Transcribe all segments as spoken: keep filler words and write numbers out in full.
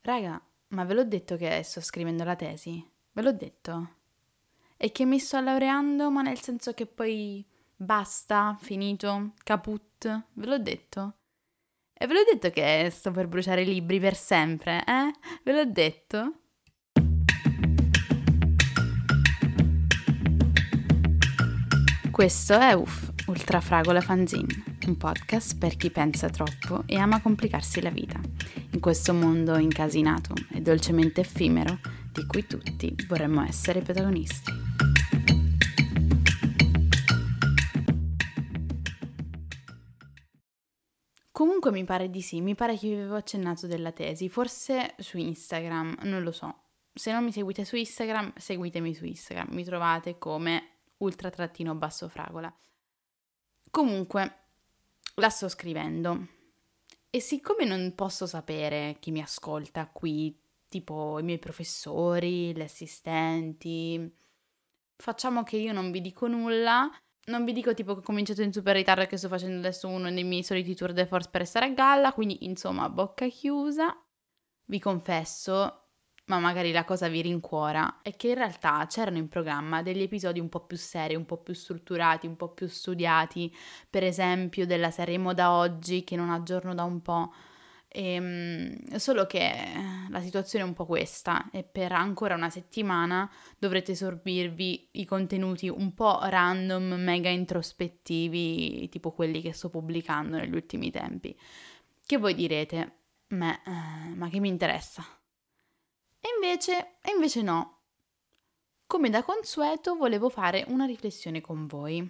Raga, ma ve l'ho detto che sto scrivendo la tesi? Ve l'ho detto? E che mi sto laureando, ma nel senso che poi basta, finito, caput? Ve l'ho detto? E ve l'ho detto che sto per bruciare i libri per sempre, eh? Ve l'ho detto? Questo è Uff, Ultra Fragola Fanzine, un podcast per chi pensa troppo e ama complicarsi la vita, in questo mondo incasinato e dolcemente effimero di cui tutti vorremmo essere protagonisti. Comunque mi pare di sì, mi pare che vi avevo accennato della tesi, forse su Instagram, non lo so. Se non mi seguite su Instagram, seguitemi su Instagram, mi trovate come ultra-fragola. Comunque, la sto scrivendo e siccome non posso sapere chi mi ascolta qui, tipo i miei professori, gli assistenti, facciamo che io non vi dico nulla, non vi dico tipo che ho cominciato in super ritardo e che sto facendo adesso uno dei miei soliti tour de force per restare a galla, quindi insomma bocca chiusa. Vi confesso, ma magari la cosa vi rincuora, è che in realtà c'erano in programma degli episodi un po' più seri, un po' più strutturati, un po' più studiati, per esempio della serie Moda Oggi che non aggiorno da un po'. Ehm, solo che la situazione è un po' questa e per ancora una settimana dovrete sorbirvi i contenuti un po' random, mega introspettivi, tipo quelli che sto pubblicando negli ultimi tempi. Che voi direte, ma, eh, ma che mi interessa? E invece, e invece no. Come da consueto volevo fare una riflessione con voi.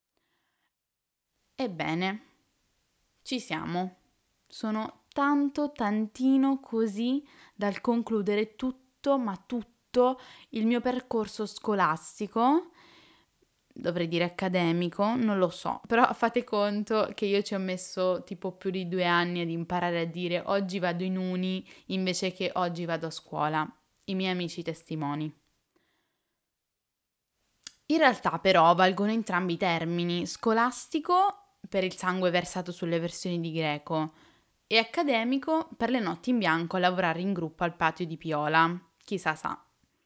Ebbene, ci siamo. Sono tanto, tantino così dal concludere tutto, ma tutto il mio percorso scolastico, dovrei dire accademico, non lo so, però fate conto che io ci ho messo tipo più di due anni ad imparare a dire oggi vado in uni invece che oggi vado a scuola. I miei amici testimoni. In realtà però valgono entrambi i termini, scolastico per il sangue versato sulle versioni di greco e accademico per le notti in bianco a lavorare in gruppo al patio di Piola, chissà sa.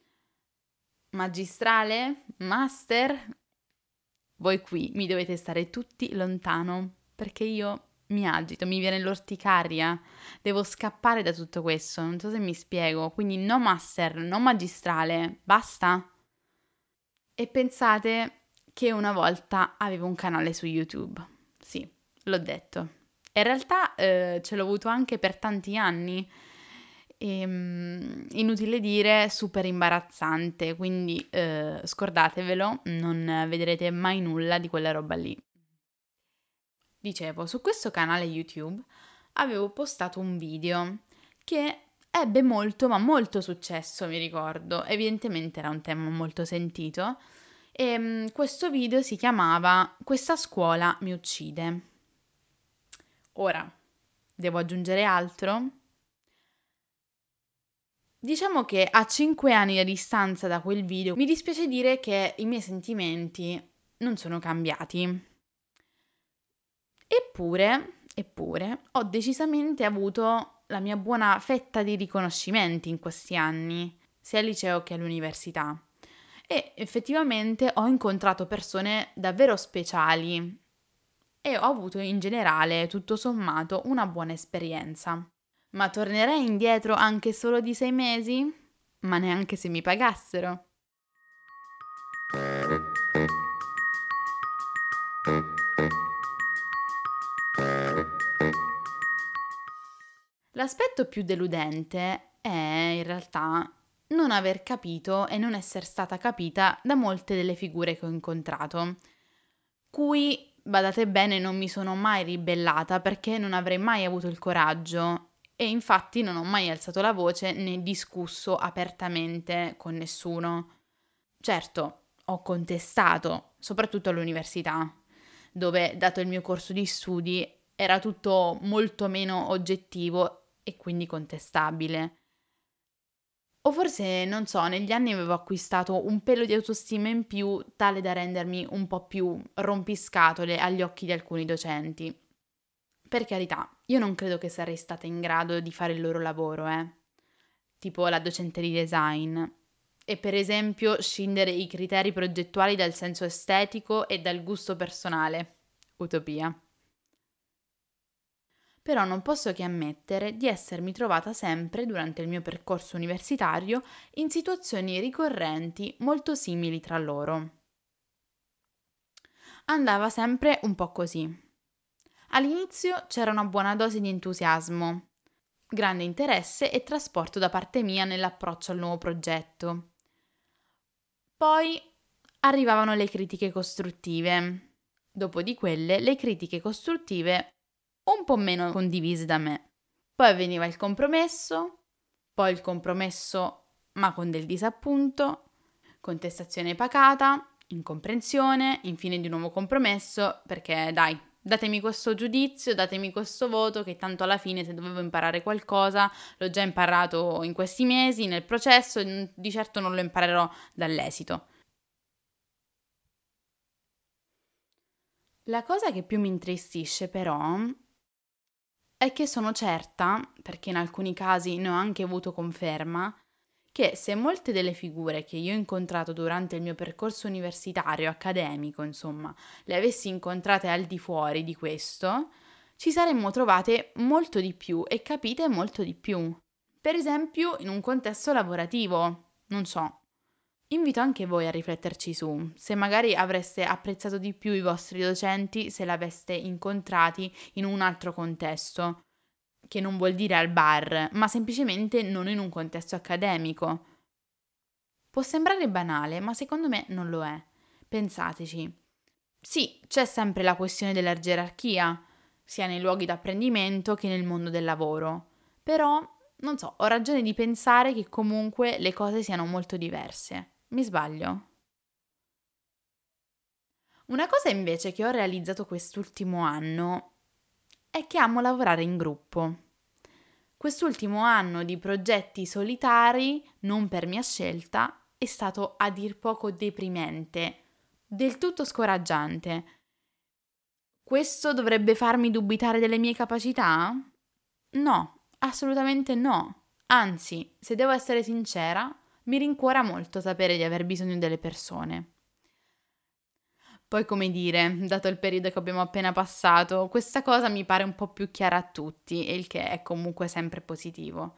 Magistrale? Master? Voi qui mi dovete stare tutti lontano, perché io mi agito, mi viene l'orticaria, devo scappare da tutto questo, non so se mi spiego, quindi no master, no magistrale, basta? E pensate che una volta avevo un canale su YouTube. Sì, l'ho detto. In realtà eh, ce l'ho avuto anche per tanti anni. E, mm, inutile dire, super imbarazzante, quindi eh, scordatevelo, non vedrete mai nulla di quella roba lì. Dicevo, su questo canale YouTube avevo postato un video che ebbe molto, ma molto successo, mi ricordo. Evidentemente era un tema molto sentito. E mm, questo video si chiamava Questa scuola mi uccide. Ora, devo aggiungere altro? Diciamo che a cinque anni di distanza da quel video mi dispiace dire che i miei sentimenti non sono cambiati. Eppure, eppure, ho decisamente avuto la mia buona fetta di riconoscimenti in questi anni, sia al liceo che all'università. E effettivamente ho incontrato persone davvero speciali e ho avuto in generale, tutto sommato, una buona esperienza. Ma tornerei indietro anche solo di sei mesi? Ma neanche se mi pagassero. L'aspetto più deludente è in realtà non aver capito e non essere stata capita da molte delle figure che ho incontrato, cui, badate bene, non mi sono mai ribellata perché non avrei mai avuto il coraggio e infatti non ho mai alzato la voce né discusso apertamente con nessuno. Certo, ho contestato, soprattutto all'università, dove, dato il mio corso di studi, era tutto molto meno oggettivo e quindi contestabile. O forse, non so, negli anni avevo acquistato un pelo di autostima in più, tale da rendermi un po' più rompiscatole agli occhi di alcuni docenti. Per carità, io non credo che sarei stata in grado di fare il loro lavoro, eh. tipo la docente di design, e per esempio scindere i criteri progettuali dal senso estetico e dal gusto personale. Utopia. Però non posso che ammettere di essermi trovata sempre, durante il mio percorso universitario, in situazioni ricorrenti molto simili tra loro. Andava sempre un po' così. All'inizio c'era una buona dose di entusiasmo, grande interesse e trasporto da parte mia nell'approccio al nuovo progetto. Poi arrivavano le critiche costruttive. Dopo di quelle, le critiche costruttive un po' meno condivise da me. Poi avveniva il compromesso, poi il compromesso ma con del disappunto, contestazione pacata, incomprensione, infine di nuovo compromesso, perché dai, datemi questo giudizio, datemi questo voto, che tanto alla fine se dovevo imparare qualcosa l'ho già imparato in questi mesi, nel processo, e di certo non lo imparerò dall'esito. La cosa che più mi intristisce però è che sono certa, perché in alcuni casi ne ho anche avuto conferma, che se molte delle figure che io ho incontrato durante il mio percorso universitario, accademico, insomma, le avessi incontrate al di fuori di questo, ci saremmo trovate molto di più e capite molto di più. Per esempio, in un contesto lavorativo, non so. Invito anche voi a rifletterci su, se magari avreste apprezzato di più i vostri docenti se l'aveste incontrati in un altro contesto, che non vuol dire al bar, ma semplicemente non in un contesto accademico. Può sembrare banale, ma secondo me non lo è. Pensateci. Sì, c'è sempre la questione della gerarchia, sia nei luoghi d'apprendimento che nel mondo del lavoro. Però, non so, ho ragione di pensare che comunque le cose siano molto diverse. Mi sbaglio? Una cosa invece che ho realizzato quest'ultimo anno è che amo lavorare in gruppo. Quest'ultimo anno di progetti solitari, non per mia scelta, è stato a dir poco deprimente, del tutto scoraggiante. Questo dovrebbe farmi dubitare delle mie capacità? No, assolutamente no. Anzi, se devo essere sincera, mi rincuora molto sapere di aver bisogno delle persone. Poi, come dire, dato il periodo che abbiamo appena passato, questa cosa mi pare un po' più chiara a tutti, e il che è comunque sempre positivo.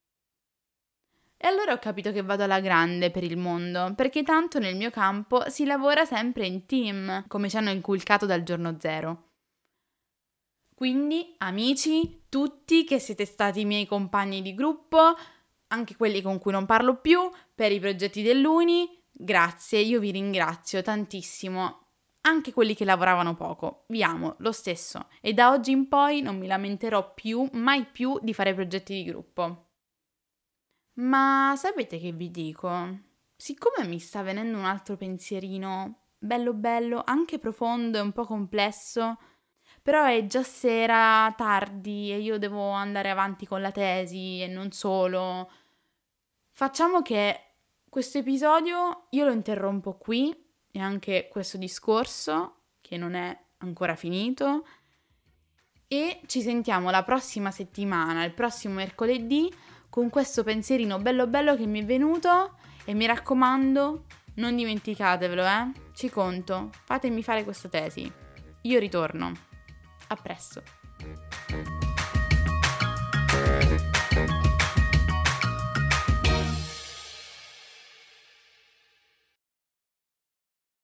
E allora ho capito che vado alla grande per il mondo, perché tanto nel mio campo si lavora sempre in team, come ci hanno inculcato dal giorno zero. Quindi, amici, tutti che siete stati i miei compagni di gruppo, anche quelli con cui non parlo più, per i progetti dell'Uni, grazie, io vi ringrazio tantissimo. Anche quelli che lavoravano poco, vi amo lo stesso, e da oggi in poi non mi lamenterò più, mai più, di fare progetti di gruppo. Ma sapete che vi dico? Siccome mi sta venendo un altro pensierino bello bello, anche profondo e un po' complesso, però è già sera, tardi e io devo andare avanti con la tesi e non solo. Facciamo che questo episodio io lo interrompo qui e anche questo discorso, che non è ancora finito, e ci sentiamo la prossima settimana, il prossimo mercoledì, con questo pensierino bello bello che mi è venuto e mi raccomando, non dimenticatevelo, eh? Ci conto, fatemi fare questa tesi. Io ritorno. A presto.